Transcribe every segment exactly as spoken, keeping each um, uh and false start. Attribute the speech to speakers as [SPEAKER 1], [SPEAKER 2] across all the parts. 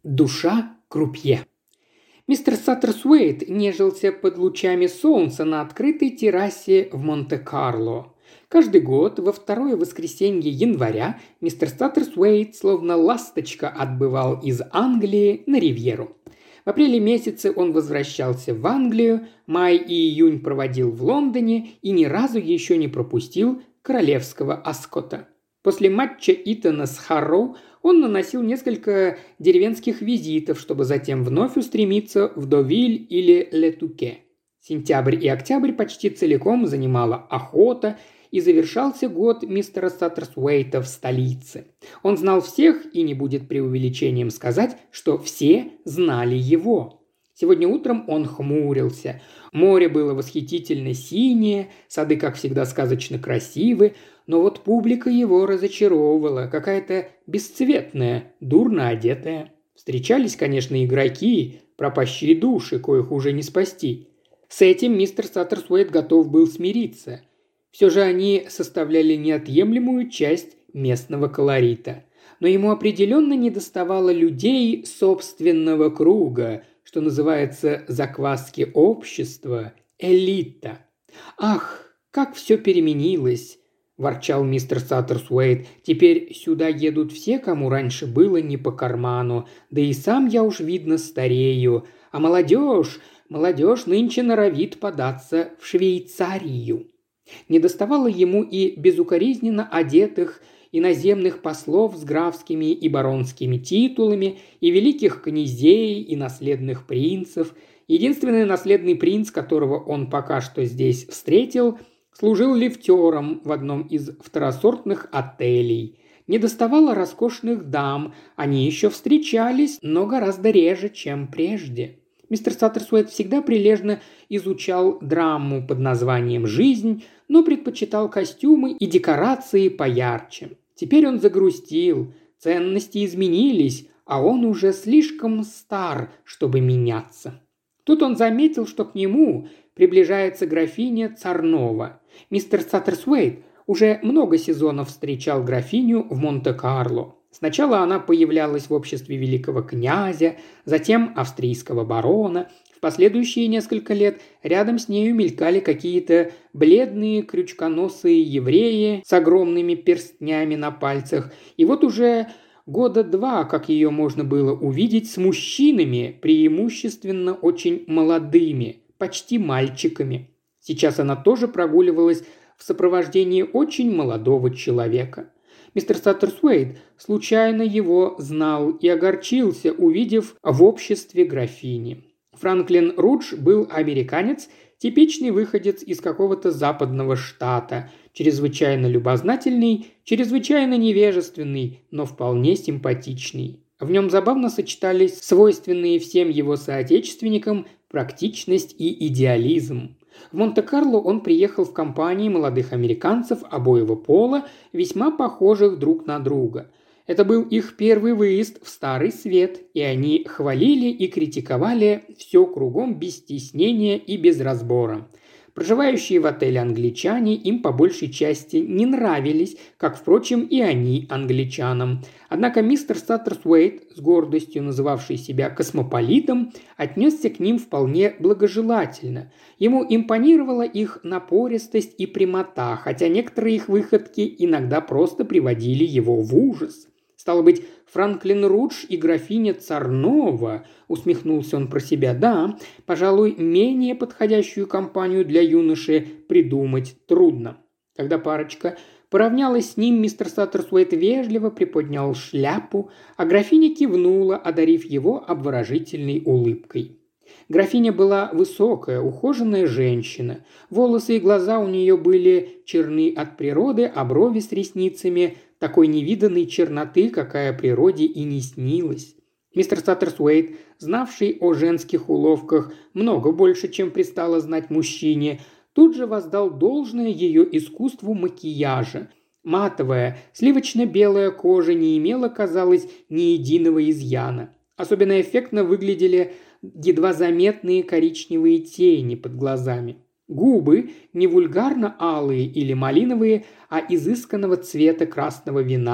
[SPEAKER 1] Душа крупье. Мистер Саттерсуэйт нежился под лучами солнца на открытой террасе в Монте-Карло. Каждый год во второе воскресенье января мистер Саттерсуэйт словно ласточка отбывал из Англии на ривьеру. В апреле месяце он возвращался в Англию, май и июнь проводил в Лондоне и ни разу еще не пропустил королевского Аскота. После матча Итона с Харроу он наносил несколько деревенских визитов, чтобы затем вновь устремиться в Довиль или Летуке. Сентябрь и октябрь почти целиком занимала охота, и завершался год мистера Саттерсуэйта в столице. Он знал всех, и не будет преувеличением сказать, что все знали его. Сегодня утром он хмурился. Море было восхитительно синее, сады, как всегда, сказочно красивы, но вот публика его разочаровывала, какая-то бесцветная, дурно одетая. Встречались, конечно, игроки, пропащие души, коих уже не спасти. С этим мистер Саттерсуэйт готов был смириться. Все же они составляли неотъемлемую часть местного колорита. Но ему определенно недоставало людей собственного круга, что называется закваски общества, элита. «Ах, как все переменилось!» – ворчал мистер Саттерсуэйт. «Теперь сюда едут все, кому раньше было не по карману. Да и сам я уж, видно, старею. А молодежь, молодежь нынче норовит податься в Швейцарию». Недоставало ему и безукоризненно одетых иноземных послов с графскими и баронскими титулами, и великих князей, и наследных принцев. Единственный наследный принц, которого он пока что здесь встретил, служил лифтером в одном из второсортных отелей. Недоставало роскошных дам, они еще встречались, но гораздо реже, чем прежде. Мистер Саттерсуэйт всегда прилежно изучал драму под названием «Жизнь», но предпочитал костюмы и декорации поярче. Теперь он загрустил, ценности изменились, а он уже слишком стар, чтобы меняться. Тут он заметил, что к нему приближается графиня Царнова. Мистер Саттерсуэйт уже много сезонов встречал графиню в Монте-Карло. Сначала она появлялась в обществе великого князя, затем австрийского барона. В последующие несколько лет рядом с нею мелькали какие-то бледные крючконосые евреи с огромными перстнями на пальцах. И вот уже года два, как ее можно было увидеть с мужчинами, преимущественно очень молодыми, почти мальчиками. Сейчас она тоже прогуливалась в сопровождении очень молодого человека. Мистер Саттерсуэйт случайно его знал и огорчился, увидев в обществе графини. Франклин Рудж был американец, типичный выходец из какого-то западного штата, чрезвычайно любознательный, чрезвычайно невежественный, но вполне симпатичный. В нем забавно сочетались свойственные всем его соотечественникам практичность и идеализм. В Монте-Карло он приехал в компании молодых американцев обоего пола, весьма похожих друг на друга. Это был их первый выезд в Старый Свет, и они хвалили и критиковали все кругом без стеснения и без разбора. Проживающие в отеле англичане им по большей части не нравились, как, впрочем, и они англичанам. Однако мистер Саттерсуэйт, с гордостью называвший себя космополитом, отнесся к ним вполне благожелательно. Ему импонировала их напористость и прямота, хотя некоторые их выходки иногда просто приводили его в ужас. «Стало быть, Франклин Рудж и графиня Царнова», – усмехнулся он про себя, – «да, пожалуй, менее подходящую компанию для юноши придумать трудно». Когда парочка поравнялась с ним, мистер Саттерсуэйт вежливо приподнял шляпу, а графиня кивнула, одарив его обворожительной улыбкой. Графиня была высокая, ухоженная женщина. Волосы и глаза у нее были черны от природы, а брови с ресницами такой невиданной черноты, какая природе и не снилась. Мистер Саттерсуэйт, знавший о женских уловках много больше, чем пристало знать мужчине, тут же воздал должное ее искусству макияжа. Матовая, сливочно-белая кожа не имела, казалось, ни единого изъяна. Особенно эффектно выглядели едва заметные коричневые тени под глазами. Губы не вульгарно алые или малиновые, а изысканного цвета красного вина.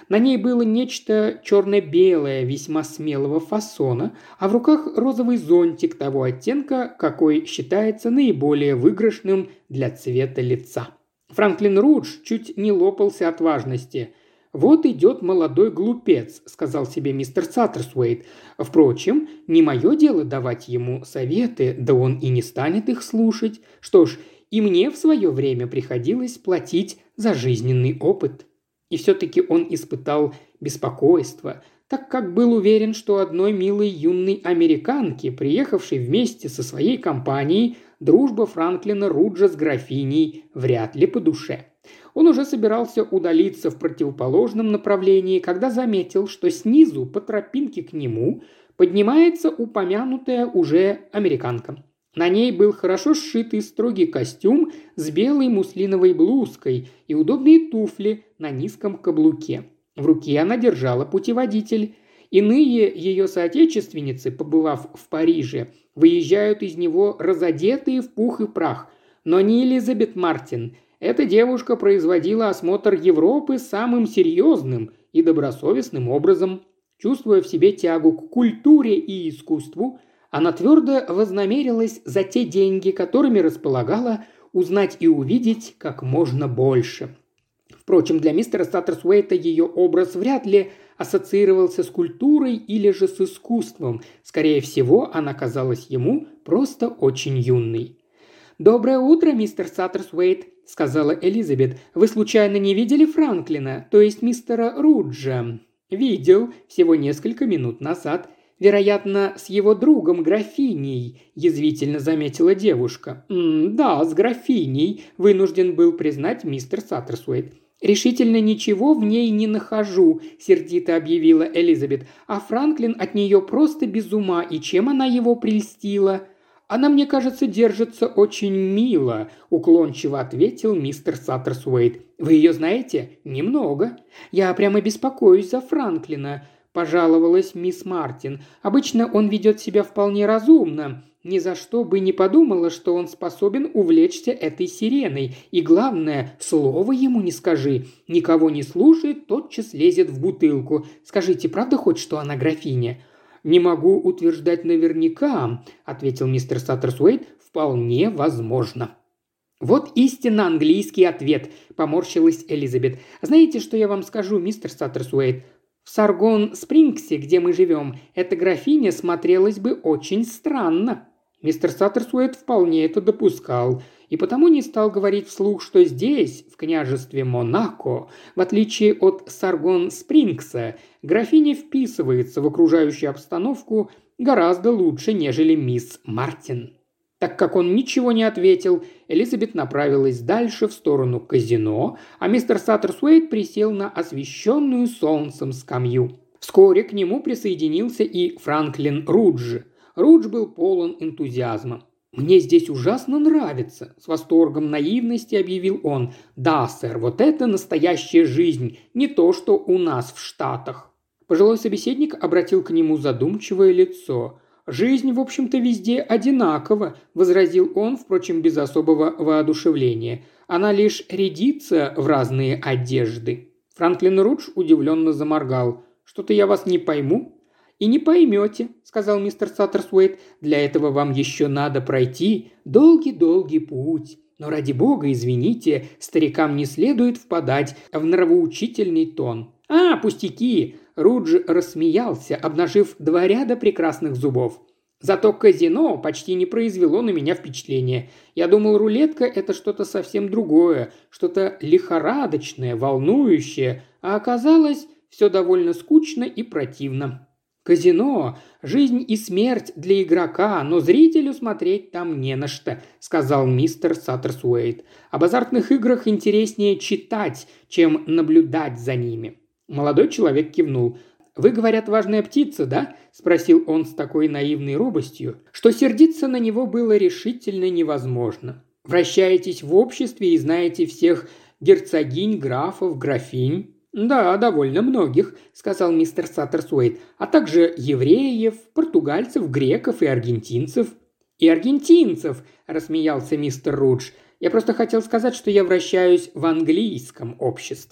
[SPEAKER 1] На ней было нечто черно-белое, весьма смелого фасона, а в руках розовый зонтик того оттенка, какой считается наиболее выигрышным для цвета лица. Франклин Рудж чуть не лопался от важности. «Вот идет молодой глупец», – сказал себе мистер Саттерсуэйт. «Впрочем, не мое дело давать ему советы, да он и не станет их слушать. Что ж, и мне в свое время приходилось платить за жизненный опыт». И все-таки он испытал беспокойство, так как был уверен, что одной милой юной американке, приехавшей вместе со своей компанией, дружба Франклина Руджа с графиней вряд ли по душе. Он уже собирался удалиться в противоположном направлении, когда заметил, что снизу по тропинке к нему поднимается упомянутая уже американка. На ней был хорошо сшитый строгий костюм с белой муслиновой блузкой и удобные туфли на низком каблуке. В руке она держала путеводитель. Иные ее соотечественницы, побывав в Париже, выезжают из него разодетые в пух и прах. Но не Элизабет Мартин. Эта девушка производила осмотр Европы самым серьезным и добросовестным образом. Чувствуя в себе тягу к культуре и искусству, она твердо вознамерилась за те деньги, которыми располагала, узнать и увидеть как можно больше. Впрочем, для мистера Саттерсуэйта ее образ вряд ли ассоциировался с культурой или же с искусством. Скорее всего, она казалась ему просто очень юной. «Доброе утро, мистер Саттерсуэйт», – сказала Элизабет. «Вы случайно не видели Франклина, то есть мистера Руджа?» «Видел, всего несколько минут назад. Вероятно, с его другом графиней», – язвительно заметила девушка. «М, «Да, с графиней», – вынужден был признать мистер Саттерсуэйт. «Решительно ничего в ней не нахожу», – сердито объявила Элизабет. «А Франклин от нее просто без ума, и чем она его прельстила?» «Она, мне кажется, держится очень мило», – уклончиво ответил мистер Саттерсуэйт. «Вы ее знаете?» «Немного. Я прямо беспокоюсь за Франклина», – пожаловалась мисс Мартин. «Обычно он ведет себя вполне разумно. Ни за что бы не подумала, что он способен увлечься этой сиреной. И главное, слова ему не скажи. Никого не слушает, тотчас лезет в бутылку. Скажите, правда хоть, что она графиня?» «Не могу утверждать наверняка», – ответил мистер Саттерсуэйт. «Вполне возможно». «Вот истинно английский ответ», – поморщилась Элизабет. «Знаете, что я вам скажу, мистер Саттерсуэйт? В Саргон-Спрингсе, где мы живем, эта графиня смотрелась бы очень странно». Мистер Саттерсуэйт вполне это допускал, и потому не стал говорить вслух, что здесь, в княжестве Монако, в отличие от Саргон-Спрингса, графиня вписывается в окружающую обстановку гораздо лучше, нежели мисс Мартин. Так как он ничего не ответил, Элизабет направилась дальше в сторону казино, а мистер Саттерсуэйт присел на освещенную солнцем скамью. Вскоре к нему присоединился и Франклин Рудж. Рудж был полон энтузиазма. «Мне здесь ужасно нравится», – с восторгом наивности объявил он. «Да, сэр, вот это настоящая жизнь, не то, что у нас в Штатах». Пожилой собеседник обратил к нему задумчивое лицо. «Жизнь, в общем-то, везде одинакова», – возразил он, впрочем, без особого воодушевления. «Она лишь рядится в разные одежды». Франклин Рудж удивленно заморгал. «Что-то я вас не пойму». «И не поймете», – сказал мистер Саттерсуэйт. «Для этого вам еще надо пройти долгий-долгий путь. Но ради бога, извините, старикам не следует впадать в нравоучительный тон». «А, пустяки!» – Рудж рассмеялся, обнажив два ряда прекрасных зубов. «Зато казино почти не произвело на меня впечатления. Я думал, рулетка – это что-то совсем другое, что-то лихорадочное, волнующее, а оказалось все довольно скучно и противно». «Казино – жизнь и смерть для игрока, но зрителю смотреть там не на что», – сказал мистер Саттерсуэйт. «Об азартных играх интереснее читать, чем наблюдать за ними». Молодой человек кивнул. «Вы, говорят, важная птица, да?» – спросил он с такой наивной робостью, что сердиться на него было решительно невозможно. «Вращаетесь в обществе и знаете всех герцогинь, графов, графинь?» «Да, довольно многих», – сказал мистер Саттерсуэйт, «а также евреев, португальцев, греков и аргентинцев». «И аргентинцев», – рассмеялся мистер Рудж. «Я просто хотел сказать, что я вращаюсь в английском обществе».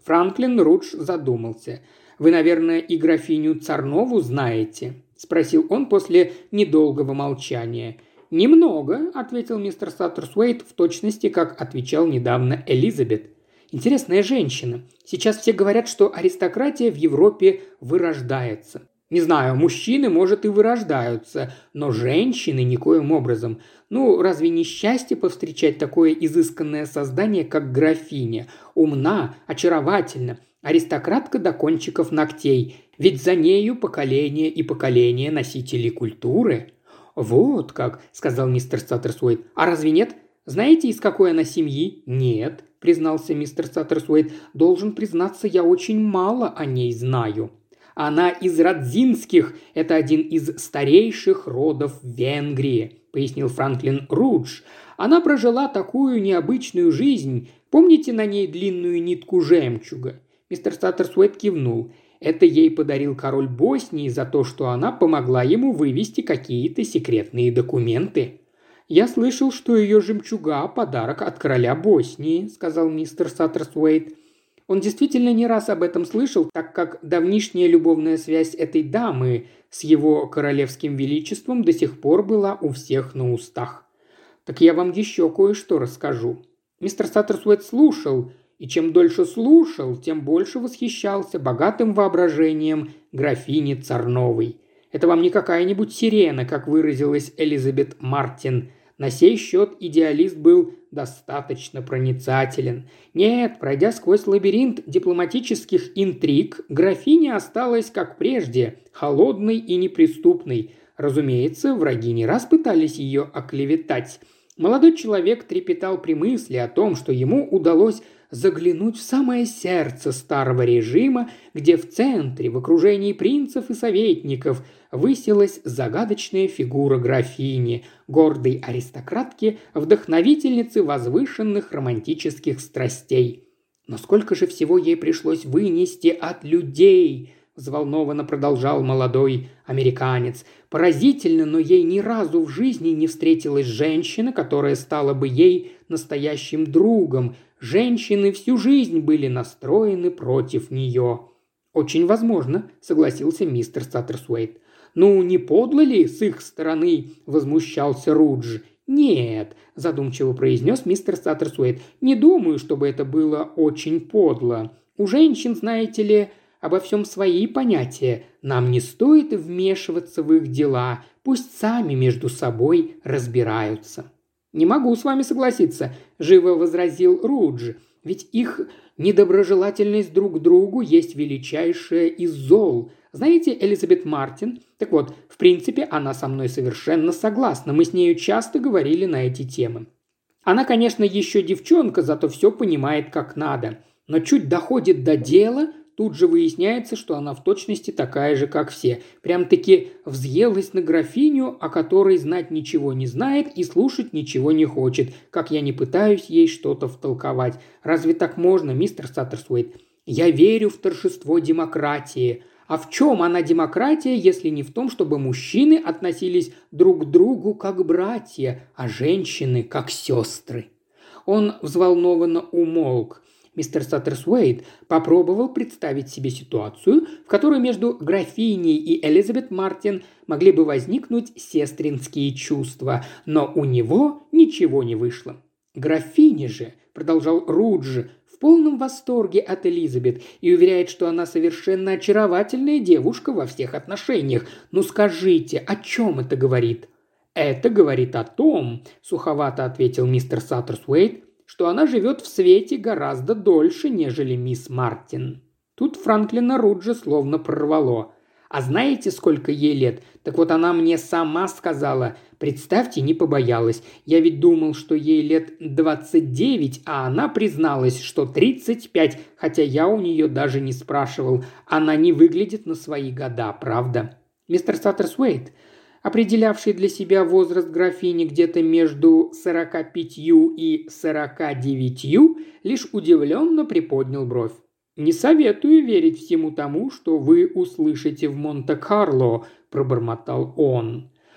[SPEAKER 1] Франклин Рудж задумался. «Вы, наверное, и графиню Царнову знаете?» – спросил он после недолгого молчания. «Немного», – ответил мистер Саттерсуэйт в точности, как отвечал недавно Элизабет. «Интересная женщина. Сейчас все говорят, что аристократия в Европе вырождается. Не знаю, мужчины, может, и вырождаются, но женщины никоим образом. Ну, разве не счастье повстречать такое изысканное создание, как графиня? Умна, очаровательна, аристократка до кончиков ногтей. Ведь за нею поколение и поколение носителей культуры». «Вот как», – сказал мистер Саттерсуэйт. «А разве нет? Знаете, из какой она семьи?» «Нет», – признался мистер Саттерсуэйт. «Должен признаться, я очень мало о ней знаю». «Она из Радзинских, это один из старейших родов Венгрии», – пояснил Франклин Рудж. «Она прожила такую необычную жизнь. Помните на ней длинную нитку жемчуга?» Мистер Саттерсуэйт кивнул. «Это ей подарил король Боснии за то, что она помогла ему вывести какие-то секретные документы». «Я слышал, что ее жемчуга – подарок от короля Боснии», – сказал мистер Саттерсуэйт. Он действительно не раз об этом слышал, так как давнишняя любовная связь этой дамы с его королевским величеством до сих пор была у всех на устах. «Так я вам еще кое-что расскажу». Мистер Саттерсуэйт слушал, и чем дольше слушал, тем больше восхищался богатым воображением графини Царновой. Это вам не какая-нибудь сирена, как выразилась Элизабет Мартин. На сей счет идеалист был достаточно проницателен. Нет, пройдя сквозь лабиринт дипломатических интриг, графиня осталась, как прежде, холодной и неприступной. Разумеется, враги не раз пытались ее оклеветать. Молодой человек трепетал при мысли о том, что ему удалось заглянуть в самое сердце старого режима, где в центре, в окружении принцев и советников, высилась загадочная фигура графини, гордой аристократки, вдохновительницы возвышенных романтических страстей. «Но сколько же всего ей пришлось вынести от людей!» – взволнованно продолжал молодой американец. «Поразительно, но ей ни разу в жизни не встретилась женщина, которая стала бы ей настоящим другом. Женщины всю жизнь были настроены против нее». «Очень возможно», – согласился мистер Саттерсуэйт. «Ну, не подло ли с их стороны?» – возмущался Рудж. «Нет», – задумчиво произнес мистер Саттерсуэйт. «Не думаю, чтобы это было очень подло. У женщин, знаете ли, обо всем свои понятия. Нам не стоит вмешиваться в их дела. Пусть сами между собой разбираются». «Не могу с вами согласиться», – живо возразил Рудж. «Ведь их недоброжелательность друг к другу есть величайшее из зол. Знаете Элизабет Мартин? Так вот, в принципе, она со мной совершенно согласна. Мы с нею часто говорили на эти темы. Она, конечно, еще девчонка, зато все понимает как надо. Но чуть доходит до дела, тут же выясняется, что она в точности такая же, как все. Прям-таки взъелась на графиню, о которой знать ничего не знает и слушать ничего не хочет, как я не пытаюсь ей что-то втолковать. Разве так можно, мистер Саттерсуэйт? Я верю в торжество демократии. А в чем она демократия, если не в том, чтобы мужчины относились друг к другу как братья, а женщины как сестры?» Он взволнованно умолк. Мистер Саттерсуэйт попробовал представить себе ситуацию, в которой между графиней и Элизабет Мартин могли бы возникнуть сестринские чувства, но у него ничего не вышло. «Графиня же», – продолжал Рудж, – в полном восторге от Элизабет и уверяет, что она совершенно очаровательная девушка во всех отношениях. Ну скажите, о чем это говорит?» «Это говорит о том», – суховато ответил мистер Саттерсуэйт, что она живет в свете гораздо дольше, нежели мисс Мартин. Тут Франклина Руджа словно прорвало. «А знаете, сколько ей лет? Так вот она мне сама сказала. Представьте, не побоялась. Я ведь думал, что ей лет двадцать девять, а она призналась, что тридцать пять, хотя я у нее даже не спрашивал. Она не выглядит на свои года, правда?» Мистер Саттерсуэйт, определявший для себя возраст графини где-то между сорока пятью и сорока девятью, лишь удивленно приподнял бровь. «Не советую верить всему тому, что вы услышите в Монте-Карло», – пробормотал он.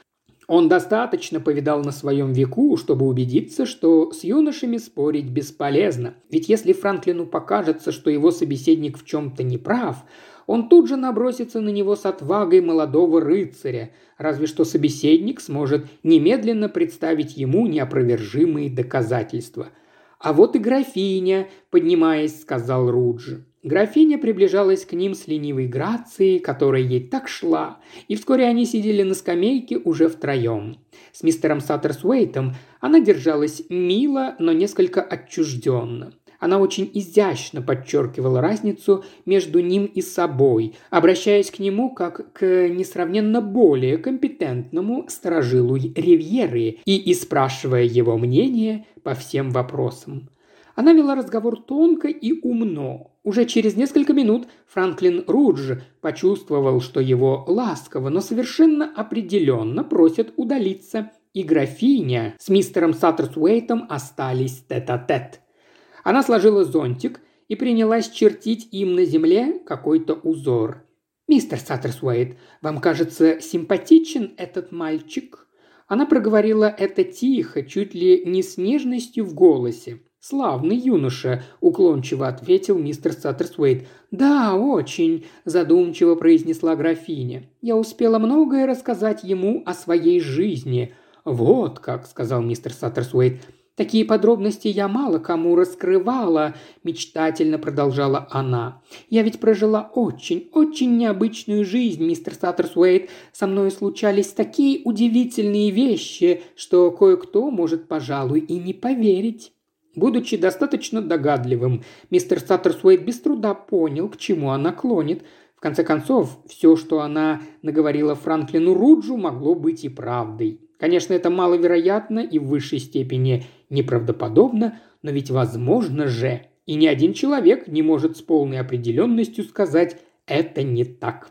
[SPEAKER 1] Он достаточно повидал на своем веку, чтобы убедиться, что с юношами спорить бесполезно. Ведь если Франклину покажется, что его собеседник в чем-то не прав, он тут же набросится на него с отвагой молодого рыцаря, разве что собеседник сможет немедленно представить ему неопровержимые доказательства. «А вот и графиня», – поднимаясь, сказал Руджи. Графиня приближалась к ним с ленивой грацией, которая ей так шла, и вскоре они сидели на скамейке уже втроем. С мистером Саттерсуэйтом она держалась мило, но несколько отчужденно. Она очень изящно подчеркивала разницу между ним и собой, обращаясь к нему как к несравненно более компетентному сторожилу Ривьеры и испрашивая его мнение по всем вопросам. Она вела разговор тонко и умно. Уже через несколько минут Франклин Рудж почувствовал, что его ласково, но совершенно определенно просят удалиться, и графиня с мистером Саттерсуэйтом остались тет-а-тет. Она сложила зонтик и принялась чертить им на земле какой-то узор. «Мистер Саттерсуэйт, вам кажется симпатичен этот мальчик?» Она проговорила это тихо, чуть ли не с нежностью в голосе. «Славный юноша», – уклончиво ответил мистер Саттерсуэйт. «Да, очень», – задумчиво произнесла графиня. «Я успела многое рассказать ему о своей жизни». «Вот как», – сказал мистер Саттерсуэйт. «Такие подробности я мало кому раскрывала», – мечтательно продолжала она. «Я ведь прожила очень, очень необычную жизнь, мистер Саттерсуэйт. Со мной случались такие удивительные вещи, что кое-кто может, пожалуй, и не поверить». Будучи достаточно догадливым, мистер Саттерсуэйт без труда понял, к чему она клонит. В конце концов, все, что она наговорила Франклину Руджу, могло быть и правдой. Конечно, это маловероятно и в высшей степени неправдоподобно, но ведь возможно же, и ни один человек не может с полной определенностью сказать «это не так».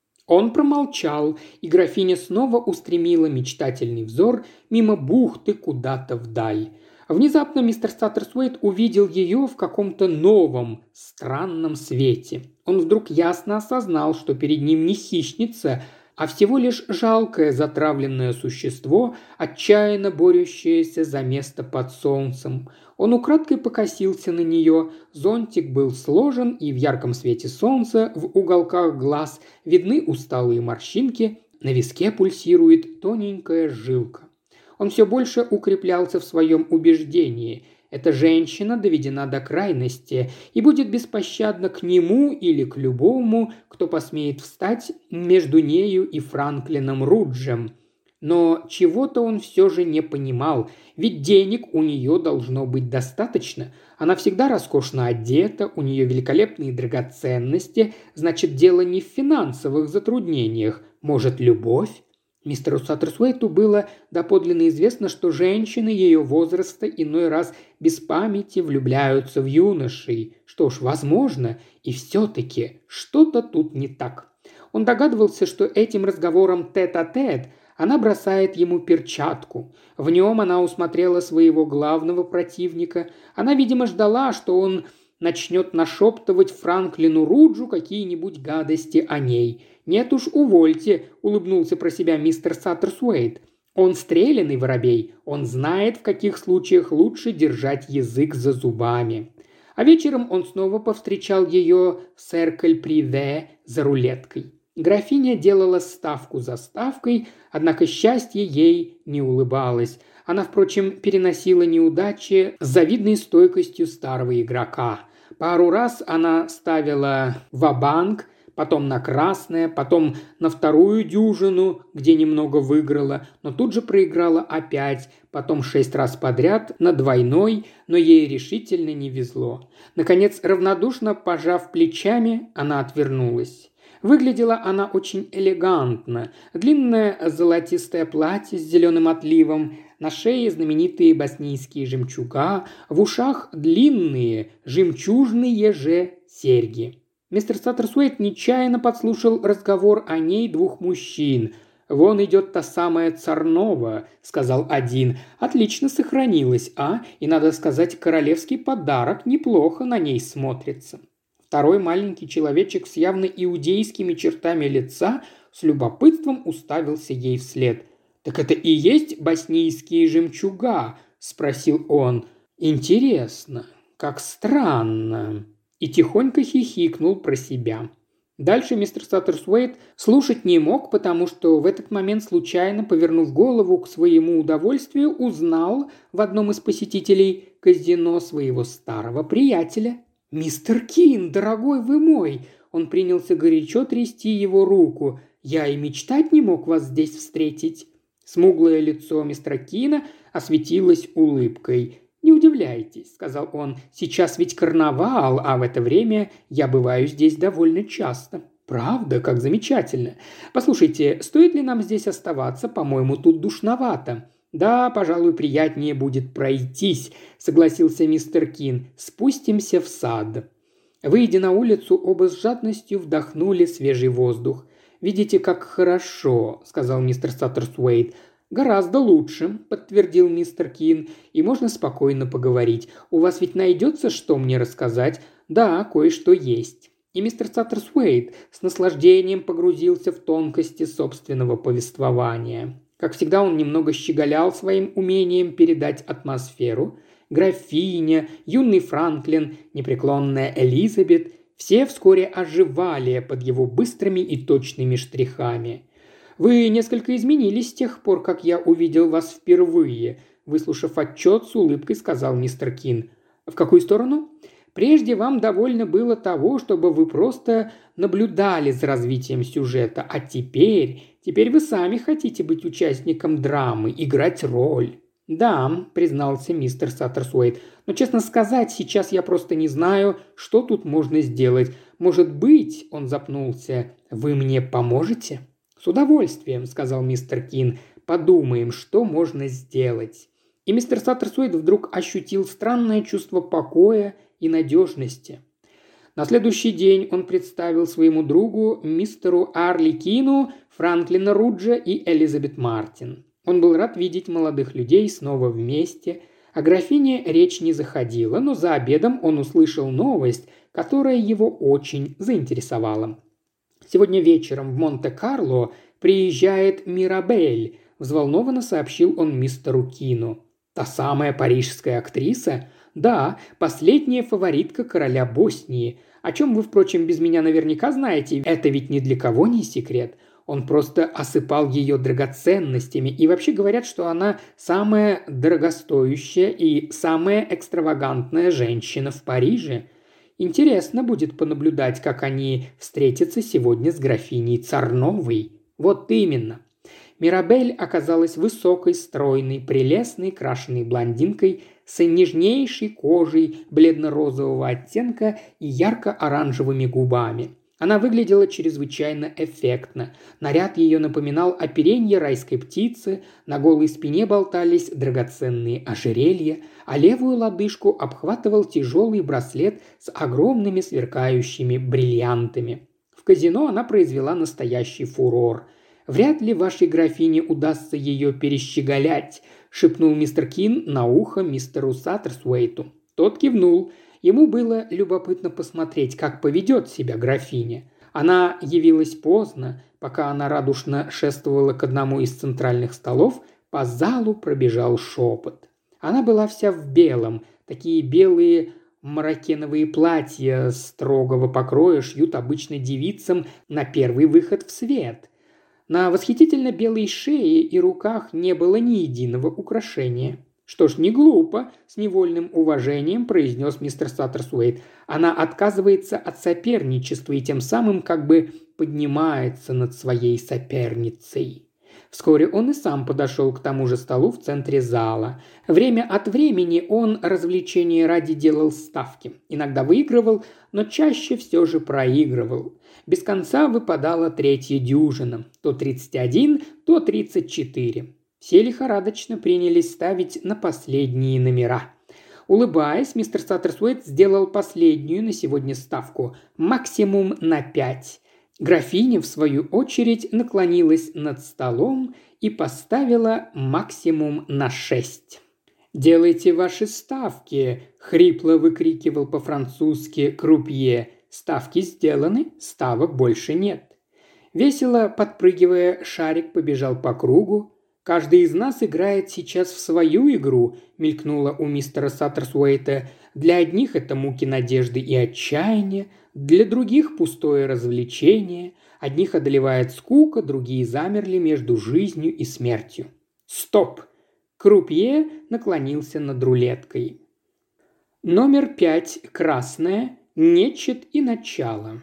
[SPEAKER 1] Он промолчал, и графиня снова устремила мечтательный взор мимо бухты куда-то вдаль. Внезапно мистер Саттерсуэйт увидел ее в каком-то новом, странном свете. Он вдруг ясно осознал, что перед ним не хищница, а всего лишь жалкое затравленное существо, отчаянно борющееся за место под солнцем. Он украдкой покосился на нее, зонтик был сложен, и в ярком свете солнца в уголках глаз видны усталые морщинки, на виске пульсирует тоненькая жилка. Он все больше укреплялся в своем убеждении. Эта женщина доведена до крайности и будет беспощадна к нему или к любому, кто посмеет встать между нею и Франклином Руджем. Но чего-то он все же не понимал, ведь денег у нее должно быть достаточно. Она всегда роскошно одета, у нее великолепные драгоценности, значит, дело не в финансовых затруднениях. Может, любовь? Мистеру Саттерсуэйту было доподлинно известно, что женщины ее возраста иной раз без памяти влюбляются в юношей. Что ж, возможно, и все-таки что-то тут не так. Он догадывался, что этим разговором тет-а-тет она бросает ему перчатку. В нем она усмотрела своего главного противника. Она, видимо, ждала, что он начнет нашептывать Франклину Руджу какие-нибудь гадости о ней. «Нет уж, увольте», – улыбнулся про себя мистер Саттерсуэйт. «Он стрелянный воробей, он знает, в каких случаях лучше держать язык за зубами». А вечером он снова повстречал ее в Серкль-Приве за рулеткой. Графиня делала ставку за ставкой, однако счастье ей не улыбалось. Она, впрочем, переносила неудачи с завидной стойкостью старого игрока. Пару раз она ставила ва-банк, потом на красное, потом на вторую дюжину, где немного выиграла, но тут же проиграла опять, потом шесть раз подряд на двойной, но ей решительно не везло. Наконец, равнодушно пожав плечами, она отвернулась. Выглядела она очень элегантно. Длинное золотистое платье с зеленым отливом, на шее знаменитые боснийские жемчуга, в ушах длинные жемчужные же серьги. Мистер Саттерсуэйт нечаянно подслушал разговор о ней двух мужчин. «Вон идет та самая Царнова», — сказал один. «Отлично сохранилась, а? И, надо сказать, королевский подарок неплохо на ней смотрится». Второй маленький человечек с явно иудейскими чертами лица с любопытством уставился ей вслед. «Так это и есть боснийские жемчуга?» – спросил он. «Интересно, как странно». И тихонько хихикнул про себя. Дальше мистер Саттерсуэйт слушать не мог, потому что в этот момент, случайно повернув голову к своему удовольствию, узнал в одном из посетителей казино своего старого приятеля. «Мистер Кин, дорогой вы мой!» Он принялся горячо трясти его руку. «Я и мечтать не мог вас здесь встретить». Смуглое лицо мистера Кина осветилось улыбкой. «Не удивляйтесь», – сказал он, – «сейчас ведь карнавал, а в это время я бываю здесь довольно часто». «Правда? Как замечательно. Послушайте, стоит ли нам здесь оставаться? По-моему, тут душновато». «Да, пожалуй, приятнее будет пройтись», – согласился мистер Кин. «Спустимся в сад». Выйдя на улицу, оба с жадностью вдохнули свежий воздух. «Видите, как хорошо», – сказал мистер Саттерсуэйт. «Гораздо лучше», – подтвердил мистер Кин, – «и можно спокойно поговорить. У вас ведь найдется, что мне рассказать?» «Да, кое-что есть». И мистер Саттерсуэйт с наслаждением погрузился в тонкости собственного повествования. Как всегда, он немного щеголял своим умением передать атмосферу. Графиня, юный Франклин, непреклонная Элизабет – все вскоре оживали под его быстрыми и точными штрихами. «Вы несколько изменились с тех пор, как я увидел вас впервые», – выслушав отчет, с улыбкой сказал мистер Кин. «В какую сторону?» «Прежде вам довольно было того, чтобы вы просто наблюдали за развитием сюжета, а теперь, теперь вы сами хотите быть участником драмы, играть роль». «Да», – признался мистер Саттерсуэйт, – «но, честно сказать, сейчас я просто не знаю, что тут можно сделать. Может быть, – он запнулся, – вы мне поможете?» «С удовольствием», – сказал мистер Кин, – «подумаем, что можно сделать». И мистер Саттерсуэйт вдруг ощутил странное чувство покоя и надежности. На следующий день он представил своему другу, мистеру Арли Кину, Франклина Руджа и Элизабет Мартин. Он был рад видеть молодых людей снова вместе. О графине речь не заходила, но за обедом он услышал новость, которая его очень заинтересовала. «Сегодня вечером в Монте-Карло приезжает Мирабель», – взволнованно сообщил он мистеру Кину. «Та самая парижская актриса?» «Да, последняя фаворитка короля Боснии. О чем вы, впрочем, без меня наверняка знаете. Это ведь ни для кого не секрет. Он просто осыпал ее драгоценностями. И вообще говорят, что она самая дорогостоящая и самая экстравагантная женщина в Париже. Интересно будет понаблюдать, как они встретятся сегодня с графиней Царновой». «Вот именно». Мирабель оказалась высокой, стройной, прелестной, крашеной блондинкой с нежнейшей кожей бледно-розового оттенка и ярко-оранжевыми губами. Она выглядела чрезвычайно эффектно. Наряд ее напоминал оперенье райской птицы, на голой спине болтались драгоценные ожерелья, а левую лодыжку обхватывал тяжелый браслет с огромными сверкающими бриллиантами. В казино она произвела настоящий фурор. «Вряд ли вашей графине удастся ее перещеголять», – шепнул мистер Кин на ухо мистеру Саттерсуэйту. Тот кивнул. Ему было любопытно посмотреть, как поведет себя графиня. Она явилась поздно, пока она радушно шествовала к одному из центральных столов, по залу пробежал шепот. Она была вся в белом, такие белые марокеновые платья строгого покроя шьют обычно девицам на первый выход в свет. На восхитительно белой шее и руках не было ни единого украшения. «Что ж, не глупо», – с невольным уважением произнес мистер Саттерсуэйт. «Она отказывается от соперничества и тем самым как бы поднимается над своей соперницей». Вскоре он и сам подошел к тому же столу в центре зала. Время от времени он развлечения ради делал ставки. Иногда выигрывал, но чаще все же проигрывал. Без конца выпадала третья дюжина. То тридцать один, то тридцать четыре. Все лихорадочно принялись ставить на последние номера. Улыбаясь, мистер Саттерсуэйт сделал последнюю на сегодня ставку – максимум на пять. Графиня, в свою очередь, наклонилась над столом и поставила максимум на шесть. «Делайте ваши ставки», – хрипло выкрикивал по-французски крупье. «Ставки сделаны, ставок больше нет». Весело подпрыгивая, шарик побежал по кругу. «Каждый из нас играет сейчас в свою игру», – мелькнула у мистера Саттерсуэйта. «Для одних это муки надежды и отчаяния, для других пустое развлечение. Одних одолевает скука, другие замерли между жизнью и смертью». «Стоп!» – крупье наклонился над рулеткой. Номер пять, красная, нечет и начало.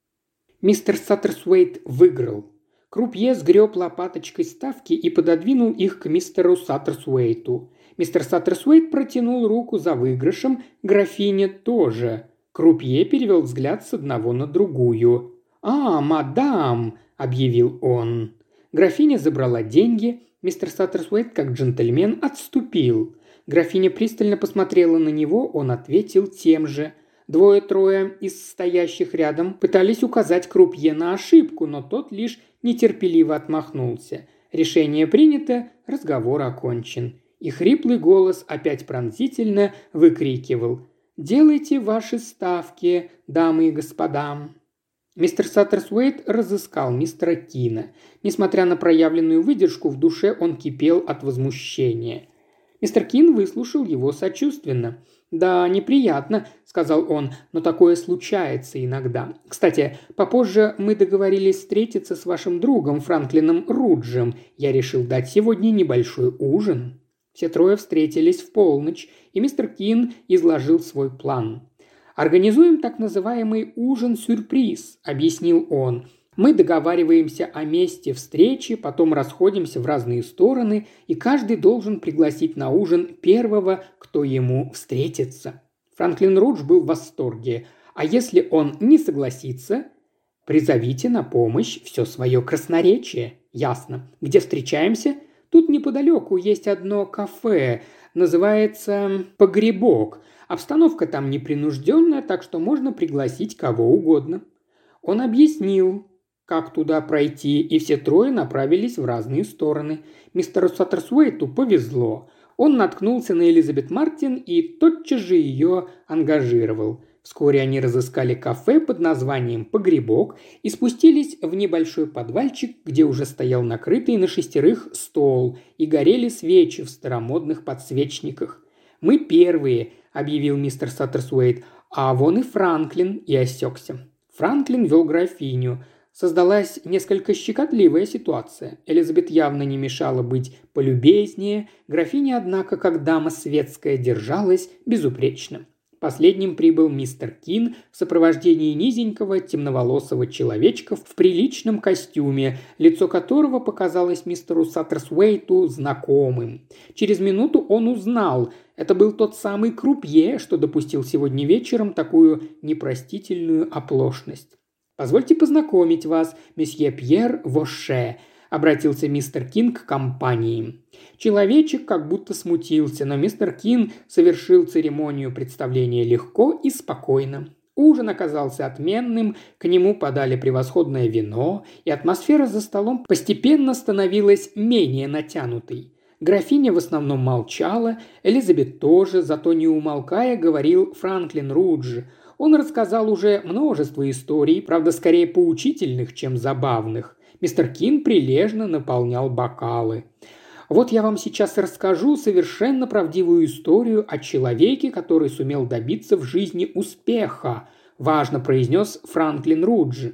[SPEAKER 1] Мистер Саттерсуэйт выиграл. Крупье сгреб лопаточкой ставки и пододвинул их к мистеру Саттерсуэйту. Мистер Саттерсуэйт протянул руку за выигрышем, графиня тоже. Крупье перевел взгляд с одного на другую. «А, мадам!» – объявил он. Графиня забрала деньги. Мистер Саттерсуэйт, как джентльмен, отступил. Графиня пристально посмотрела на него, он ответил тем же. Двое-трое из стоящих рядом пытались указать крупье на ошибку, но тот лишь нетерпеливо отмахнулся. Решение принято, разговор окончен. И хриплый голос опять пронзительно выкрикивал: «Делайте ваши ставки, дамы и господа». Мистер Саттерсуэйт разыскал мистера Кина. Несмотря на проявленную выдержку, в душе он кипел от возмущения. Мистер Кин выслушал его сочувственно. «Да, неприятно», – сказал он, – «но такое случается иногда. Кстати, попозже мы договорились встретиться с вашим другом Франклином Руджем. Я решил дать сегодня небольшой ужин». Все трое встретились в полночь, и мистер Кин изложил свой план. «Организуем так называемый ужин-сюрприз», – объяснил он. «Мы договариваемся о месте встречи, потом расходимся в разные стороны, и каждый должен пригласить на ужин первого, кто ему встретится». Франклин Рудж был в восторге. «А если он не согласится, призовите на помощь все свое красноречие». «Ясно. Где встречаемся?» «Тут неподалеку есть одно кафе. Называется «Погребок». Обстановка там непринужденная, так что можно пригласить кого угодно». Он объяснил, как туда пройти, и все трое направились в разные стороны. Мистеру Саттерсуэйту повезло. Он наткнулся на Элизабет Мартин и тотчас же ее ангажировал. Вскоре они разыскали кафе под названием «Погребок» и спустились в небольшой подвальчик, где уже стоял накрытый на шестерых стол и горели свечи в старомодных подсвечниках. «Мы первые», – объявил мистер Саттерсуэйт, – «а вон и Франклин», и осекся. Франклин вел графиню. Создалась несколько щекотливая ситуация. Элизабет явно не мешала быть полюбезнее, графиня, однако, как дама светская, держалась безупречно. Последним прибыл мистер Кин в сопровождении низенького темноволосого человечка в приличном костюме, лицо которого показалось мистеру Саттерсуэйту знакомым. Через минуту он узнал – это был тот самый крупье, что допустил сегодня вечером такую непростительную оплошность. «Позвольте познакомить вас, месье Пьер Воше», – обратился мистер Кин к компании. Человечек как будто смутился, но мистер Кин совершил церемонию представления легко и спокойно. Ужин оказался отменным, к нему подали превосходное вино, и атмосфера за столом постепенно становилась менее натянутой. Графиня в основном молчала, Элизабет тоже, зато не умолкая говорил Франклин Рудж. Он рассказал уже множество историй, правда, скорее поучительных, чем забавных. Мистер Кин прилежно наполнял бокалы. «Вот я вам сейчас расскажу совершенно правдивую историю о человеке, который сумел добиться в жизни успеха», – важно произнес Франклин Рудж.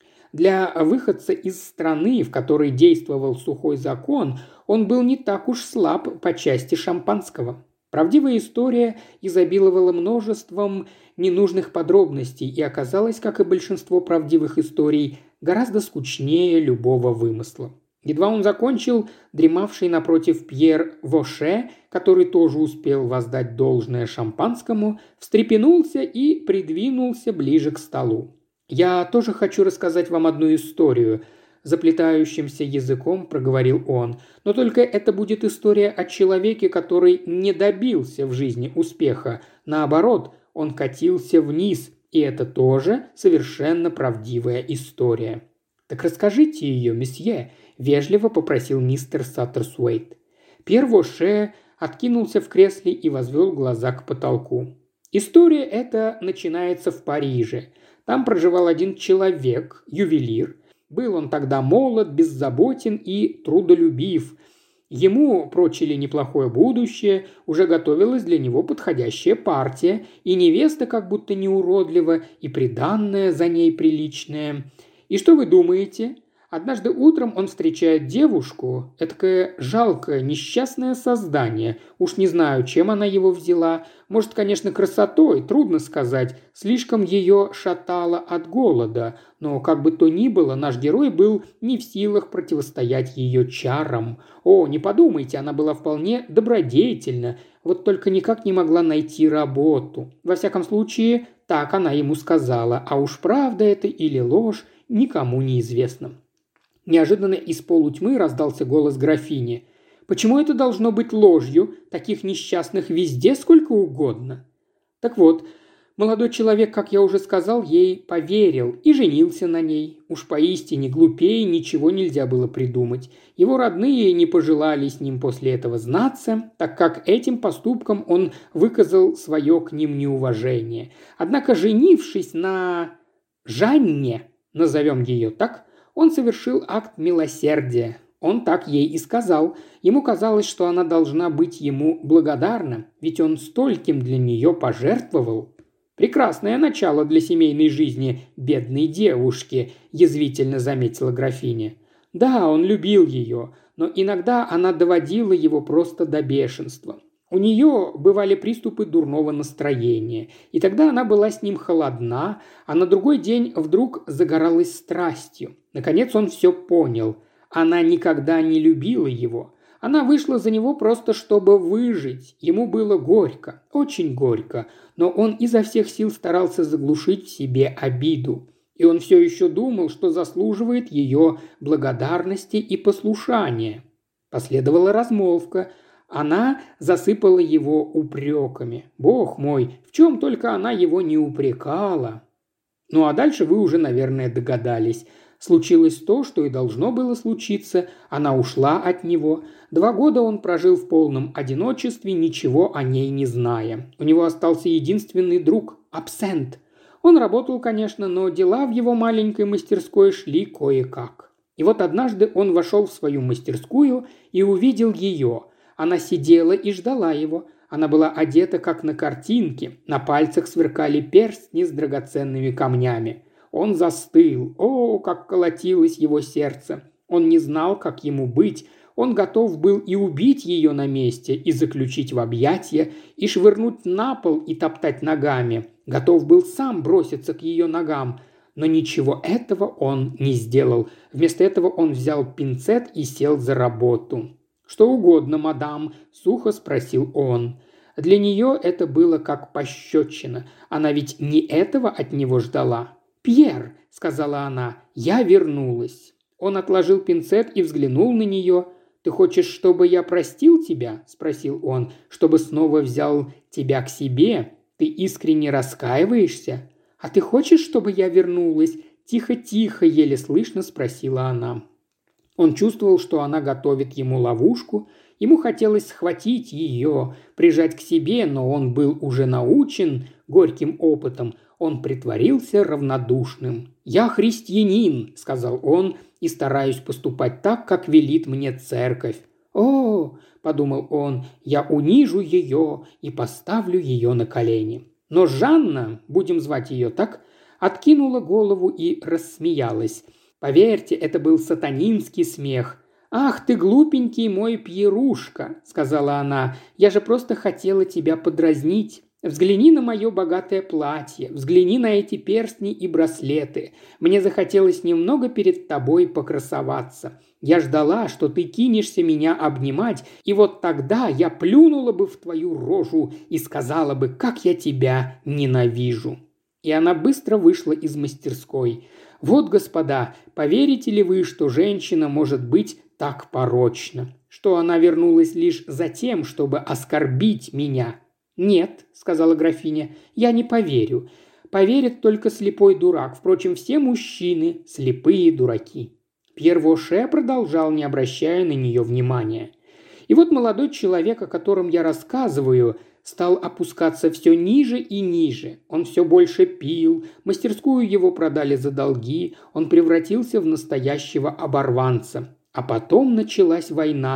[SPEAKER 1] Для выходца из страны, в которой действовал сухой закон, он был не так уж слаб по части шампанского. Правдивая история изобиловала множеством ненужных подробностей и оказалась, как и большинство правдивых историй, гораздо скучнее любого вымысла. Едва он закончил, дремавший напротив Пьер Воше, который тоже успел воздать должное шампанскому, встрепенулся и придвинулся ближе к столу. «Я тоже хочу рассказать вам одну историю», – заплетающимся языком проговорил он. «Но только это будет история о человеке, который не добился в жизни успеха. Наоборот, он катился вниз, и это тоже совершенно правдивая история». «Так расскажите ее, месье», – вежливо попросил мистер Саттерсуэйт. Пьер Воше откинулся в кресле и возвел глаза к потолку. «История эта начинается в Париже. Там проживал один человек, ювелир. Был он тогда молод, беззаботен и трудолюбив. Ему прочили неплохое будущее, уже готовилась для него подходящая партия, и невеста как будто не уродлива, и приданное за ней приличное. И что вы думаете? Однажды утром он встречает девушку, этакое жалкое, несчастное создание. Уж не знаю, чем она его взяла. Может, конечно, красотой, трудно сказать. Слишком ее шатало от голода. Но как бы то ни было, наш герой был не в силах противостоять ее чарам. О, не подумайте, она была вполне добродетельна. Вот только никак не могла найти работу. Во всяком случае, так она ему сказала. А уж правда это или ложь, никому не известно. Неожиданно из полутьмы раздался голос графини. «Почему это должно быть ложью? Таких несчастных везде сколько угодно». Так вот, молодой человек, как я уже сказал, ей поверил и женился на ней. Уж поистине глупее ничего нельзя было придумать. Его родные не пожелали с ним после этого знаться, так как этим поступком он выказал свое к ним неуважение. Однако, женившись на Жанне, назовем ее так, он совершил акт милосердия. Он так ей и сказал. Ему казалось, что она должна быть ему благодарна, ведь он стольким для нее пожертвовал. «Прекрасное начало для семейной жизни бедной девушки», – язвительно заметила графиня. Да, он любил ее, но иногда она доводила его просто до бешенства. У нее бывали приступы дурного настроения, и тогда она была с ним холодна, а на другой день вдруг загоралась страстью. Наконец он все понял. Она никогда не любила его. Она вышла за него просто чтобы выжить. Ему было горько, очень горько, но он изо всех сил старался заглушить в себе обиду. И он все еще думал, что заслуживает ее благодарности и послушания. Последовала размолвка. Она засыпала его упреками. Бог мой, в чем только она его не упрекала. Ну а дальше вы уже, наверное, догадались. Случилось то, что и должно было случиться. Она ушла от него. Два года он прожил в полном одиночестве, ничего о ней не зная. У него остался единственный друг – абсент. Он работал, конечно, но дела в его маленькой мастерской шли кое-как. И вот однажды он вошел в свою мастерскую и увидел ее. Она сидела и ждала его. Она была одета, как на картинке. На пальцах сверкали перстни с драгоценными камнями. Он застыл. О, как колотилось его сердце! Он не знал, как ему быть. Он готов был и убить ее на месте, и заключить в объятия, и швырнуть на пол и топтать ногами. Готов был сам броситься к ее ногам. Но ничего этого он не сделал. Вместо этого он взял пинцет и сел за работу. «Что угодно, мадам», – сухо спросил он. Для нее это было как пощечина. Она ведь не этого от него ждала. «Пьер», – сказала она, – «я вернулась». Он отложил пинцет и взглянул на нее. «Ты хочешь, чтобы я простил тебя?» – спросил он. «Чтобы снова взял тебя к себе? Ты искренне раскаиваешься? А ты хочешь, чтобы я вернулась?» Тихо-тихо, еле слышно спросила она. Он чувствовал, что она готовит ему ловушку. Ему хотелось схватить ее, прижать к себе, но он был уже научен горьким опытом. Он притворился равнодушным. «Я христианин», – сказал он, – «и стараюсь поступать так, как велит мне церковь». «О», – подумал он, – «я унижу ее и поставлю ее на колени». Но Жанна, будем звать ее так, откинула голову и рассмеялась. Поверьте, это был сатанинский смех. «Ах ты, глупенький мой Пьерушка», – сказала она, – «я же просто хотела тебя подразнить. Взгляни на мое богатое платье, взгляни на эти перстни и браслеты. Мне захотелось немного перед тобой покрасоваться. Я ждала, что ты кинешься меня обнимать, и вот тогда я плюнула бы в твою рожу и сказала бы, как я тебя ненавижу». И она быстро вышла из мастерской. Вот, господа, поверите ли вы, что женщина может быть так порочна? Что она вернулась лишь за тем, чтобы оскорбить меня? «Нет», – сказала графиня, – «я не поверю. Поверит только слепой дурак. Впрочем, все мужчины – слепые дураки». Пьер Воше продолжал, не обращая на нее внимания. И вот молодой человек, о котором я рассказываю, стал опускаться все ниже и ниже. Он все больше пил, мастерскую его продали за долги, он превратился в настоящего оборванца. А потом началась война.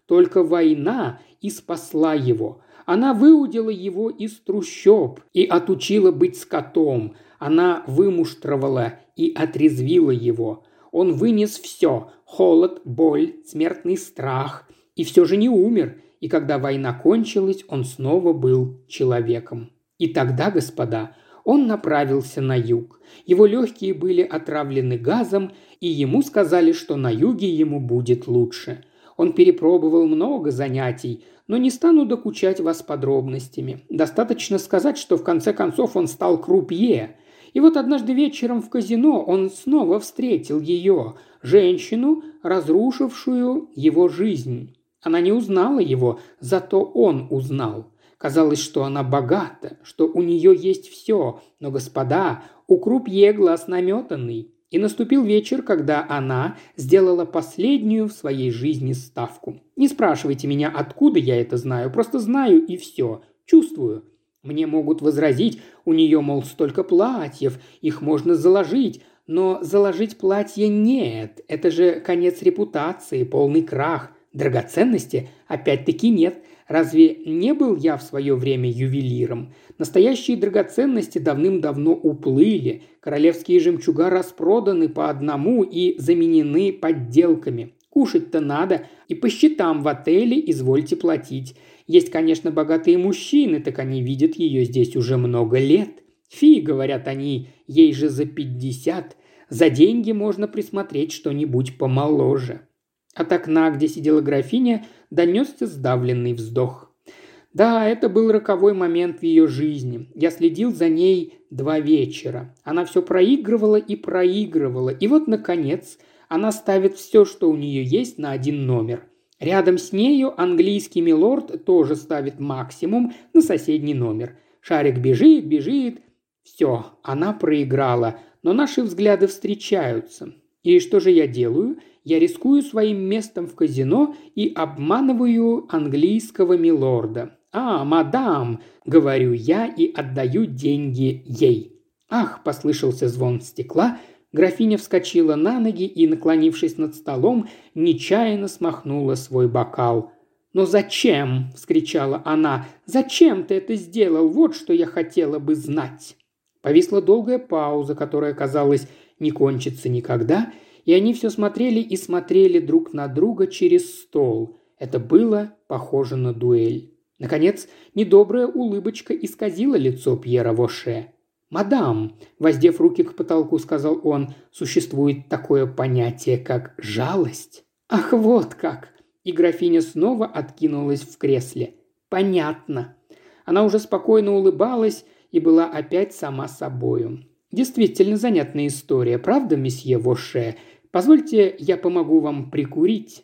[SPEAKER 1] Только война и спасла его. Она выудила его из трущоб и отучила быть скотом. Она вымуштровала и отрезвила его. Он вынес все – холод, боль, смертный страх. И все же не умер. И когда война кончилась, он снова был человеком. И тогда, господа, он направился на юг. Его легкие были отравлены газом, и ему сказали, что на юге ему будет лучше. Он перепробовал много занятий, но не стану докучать вас подробностями. Достаточно сказать, что в конце концов он стал крупье. И вот однажды вечером в казино он снова встретил ее, женщину, разрушившую его жизнь. Она не узнала его, зато он узнал. Казалось, что она богата, что у нее есть все, но, господа, у крупье глаз наметанный. И наступил вечер, когда она сделала последнюю в своей жизни ставку. Не спрашивайте меня, откуда я это знаю, просто знаю и все, чувствую. Мне могут возразить, у нее, мол, столько платьев, их можно заложить, но заложить платье нет, это же конец репутации, полный крах. Драгоценности опять-таки нет. Разве не был я в свое время ювелиром? Настоящие драгоценности давным-давно уплыли. Королевские жемчуга распроданы по одному и заменены подделками. Кушать-то надо, и по счетам в отеле извольте платить. Есть, конечно, богатые мужчины, так они видят ее здесь уже много лет. Фи, говорят они, ей же за пятьдесят. За деньги можно присмотреть что-нибудь помоложе. От окна, где сидела графиня, донесся сдавленный вздох. Да, это был роковой момент в ее жизни. Я следил за ней два вечера. Она все проигрывала и проигрывала. И вот, наконец, она ставит все, что у нее есть, на один номер. Рядом с нею английский милорд тоже ставит максимум на соседний номер. Шарик бежит, бежит. Все, она проиграла. Но наши взгляды встречаются. И что же я делаю? Я рискую своим местом в казино и обманываю английского милорда. «А, мадам!» – говорю я и отдаю деньги ей. «Ах!» – послышался звон стекла. Графиня вскочила на ноги и, наклонившись над столом, нечаянно смахнула свой бокал. «Но зачем?» – вскричала она. «Зачем ты это сделал? Вот что я хотела бы знать!» Повисла долгая пауза, которая, казалось, не кончится никогда, и они все смотрели и смотрели друг на друга через стол. Это было похоже на дуэль. Наконец, недобрая улыбочка исказила лицо Пьера Воше. «Мадам», – воздев руки к потолку, сказал он, – «существует такое понятие, как жалость». «Ах, вот как!» И графиня снова откинулась в кресле. «Понятно». Она уже спокойно улыбалась и была опять сама собою. «Действительно занятная история, правда, месье Воше? Позвольте, я помогу вам прикурить».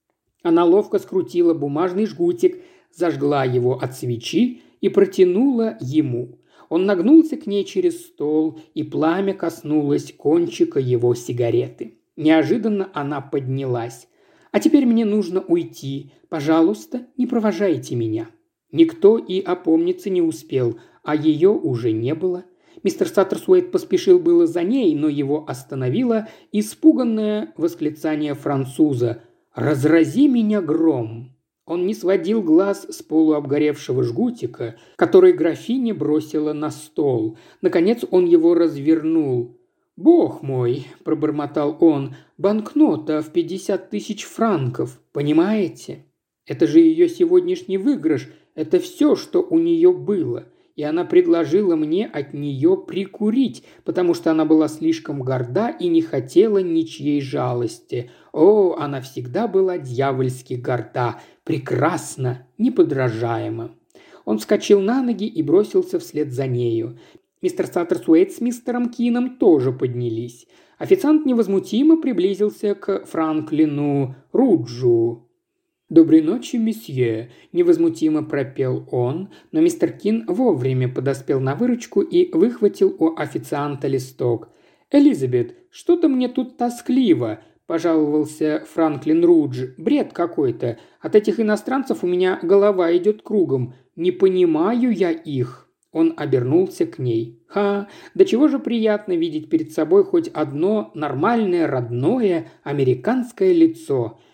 [SPEAKER 1] Она ловко скрутила бумажный жгутик, зажгла его от свечи и протянула ему. Он нагнулся к ней через стол, и пламя коснулось кончика его сигареты. Неожиданно она поднялась. «А теперь мне нужно уйти. Пожалуйста, не провожайте меня». Никто и опомниться не успел, а ее уже не было. Мистер Саттерсуэйт поспешил было за ней, но его остановило испуганное восклицание француза «Разрази меня гром!». Он не сводил глаз с полуобгоревшего жгутика, который графиня бросила на стол. Наконец он его развернул. «Бог мой!» – пробормотал он. «Банкнота в пятьдесят тысяч франков, понимаете? Это же ее сегодняшний выигрыш, это все, что у нее было». И она предложила мне от нее прикурить, потому что она была слишком горда и не хотела ничьей жалости. О, она всегда была дьявольски горда, прекрасна, неподражаема. Он вскочил на ноги и бросился вслед за нею. Мистер Саттерсуэйт с мистером Кином тоже поднялись. Официант невозмутимо приблизился к Франклину Руджу. «Доброй ночи, месье», – невозмутимо пропел он, но мистер Кин вовремя подоспел на выручку и выхватил у официанта листок. «Элизабет, что-то мне тут тоскливо», – пожаловался Франклин Рудж. «Бред какой-то. От этих иностранцев у меня голова идет кругом. Не понимаю я их». Он обернулся к ней. «Ха, да чего же приятно видеть перед собой хоть одно нормальное, родное, американское лицо.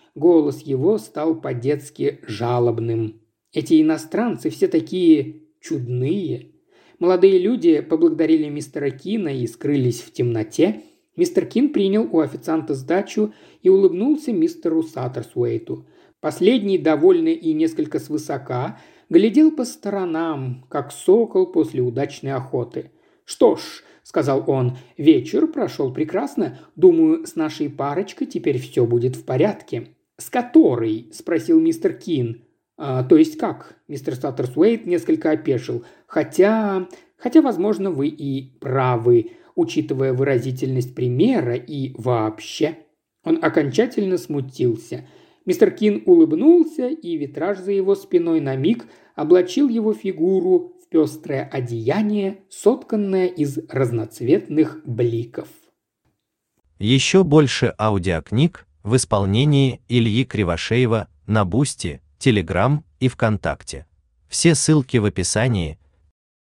[SPEAKER 1] Голос его стал по-детски жалобным. Эти иностранцы все такие чудные. Молодые люди поблагодарили мистера Кина и скрылись в темноте. Мистер Кин принял у официанта сдачу и улыбнулся мистеру Саттерсуэйту. Последний, довольный и несколько свысока, глядел по сторонам, как сокол после удачной охоты. «Что ж», — сказал он, — «вечер прошел прекрасно. Думаю, с нашей парочкой теперь все будет в порядке». «С которой?» – спросил мистер Кин. А, «То есть как?» – мистер Саттерсуэйт несколько опешил. «Хотя... хотя, возможно, вы и правы, учитывая выразительность примера и вообще». Он окончательно смутился. Мистер Кин улыбнулся, и витраж за его спиной на миг облачил его фигуру в пестрое одеяние, сотканное из разноцветных бликов.
[SPEAKER 2] Еще больше аудиокниг в исполнении Ильи Кривошеева на Бусти, Телеграм и ВКонтакте. Все ссылки в описании.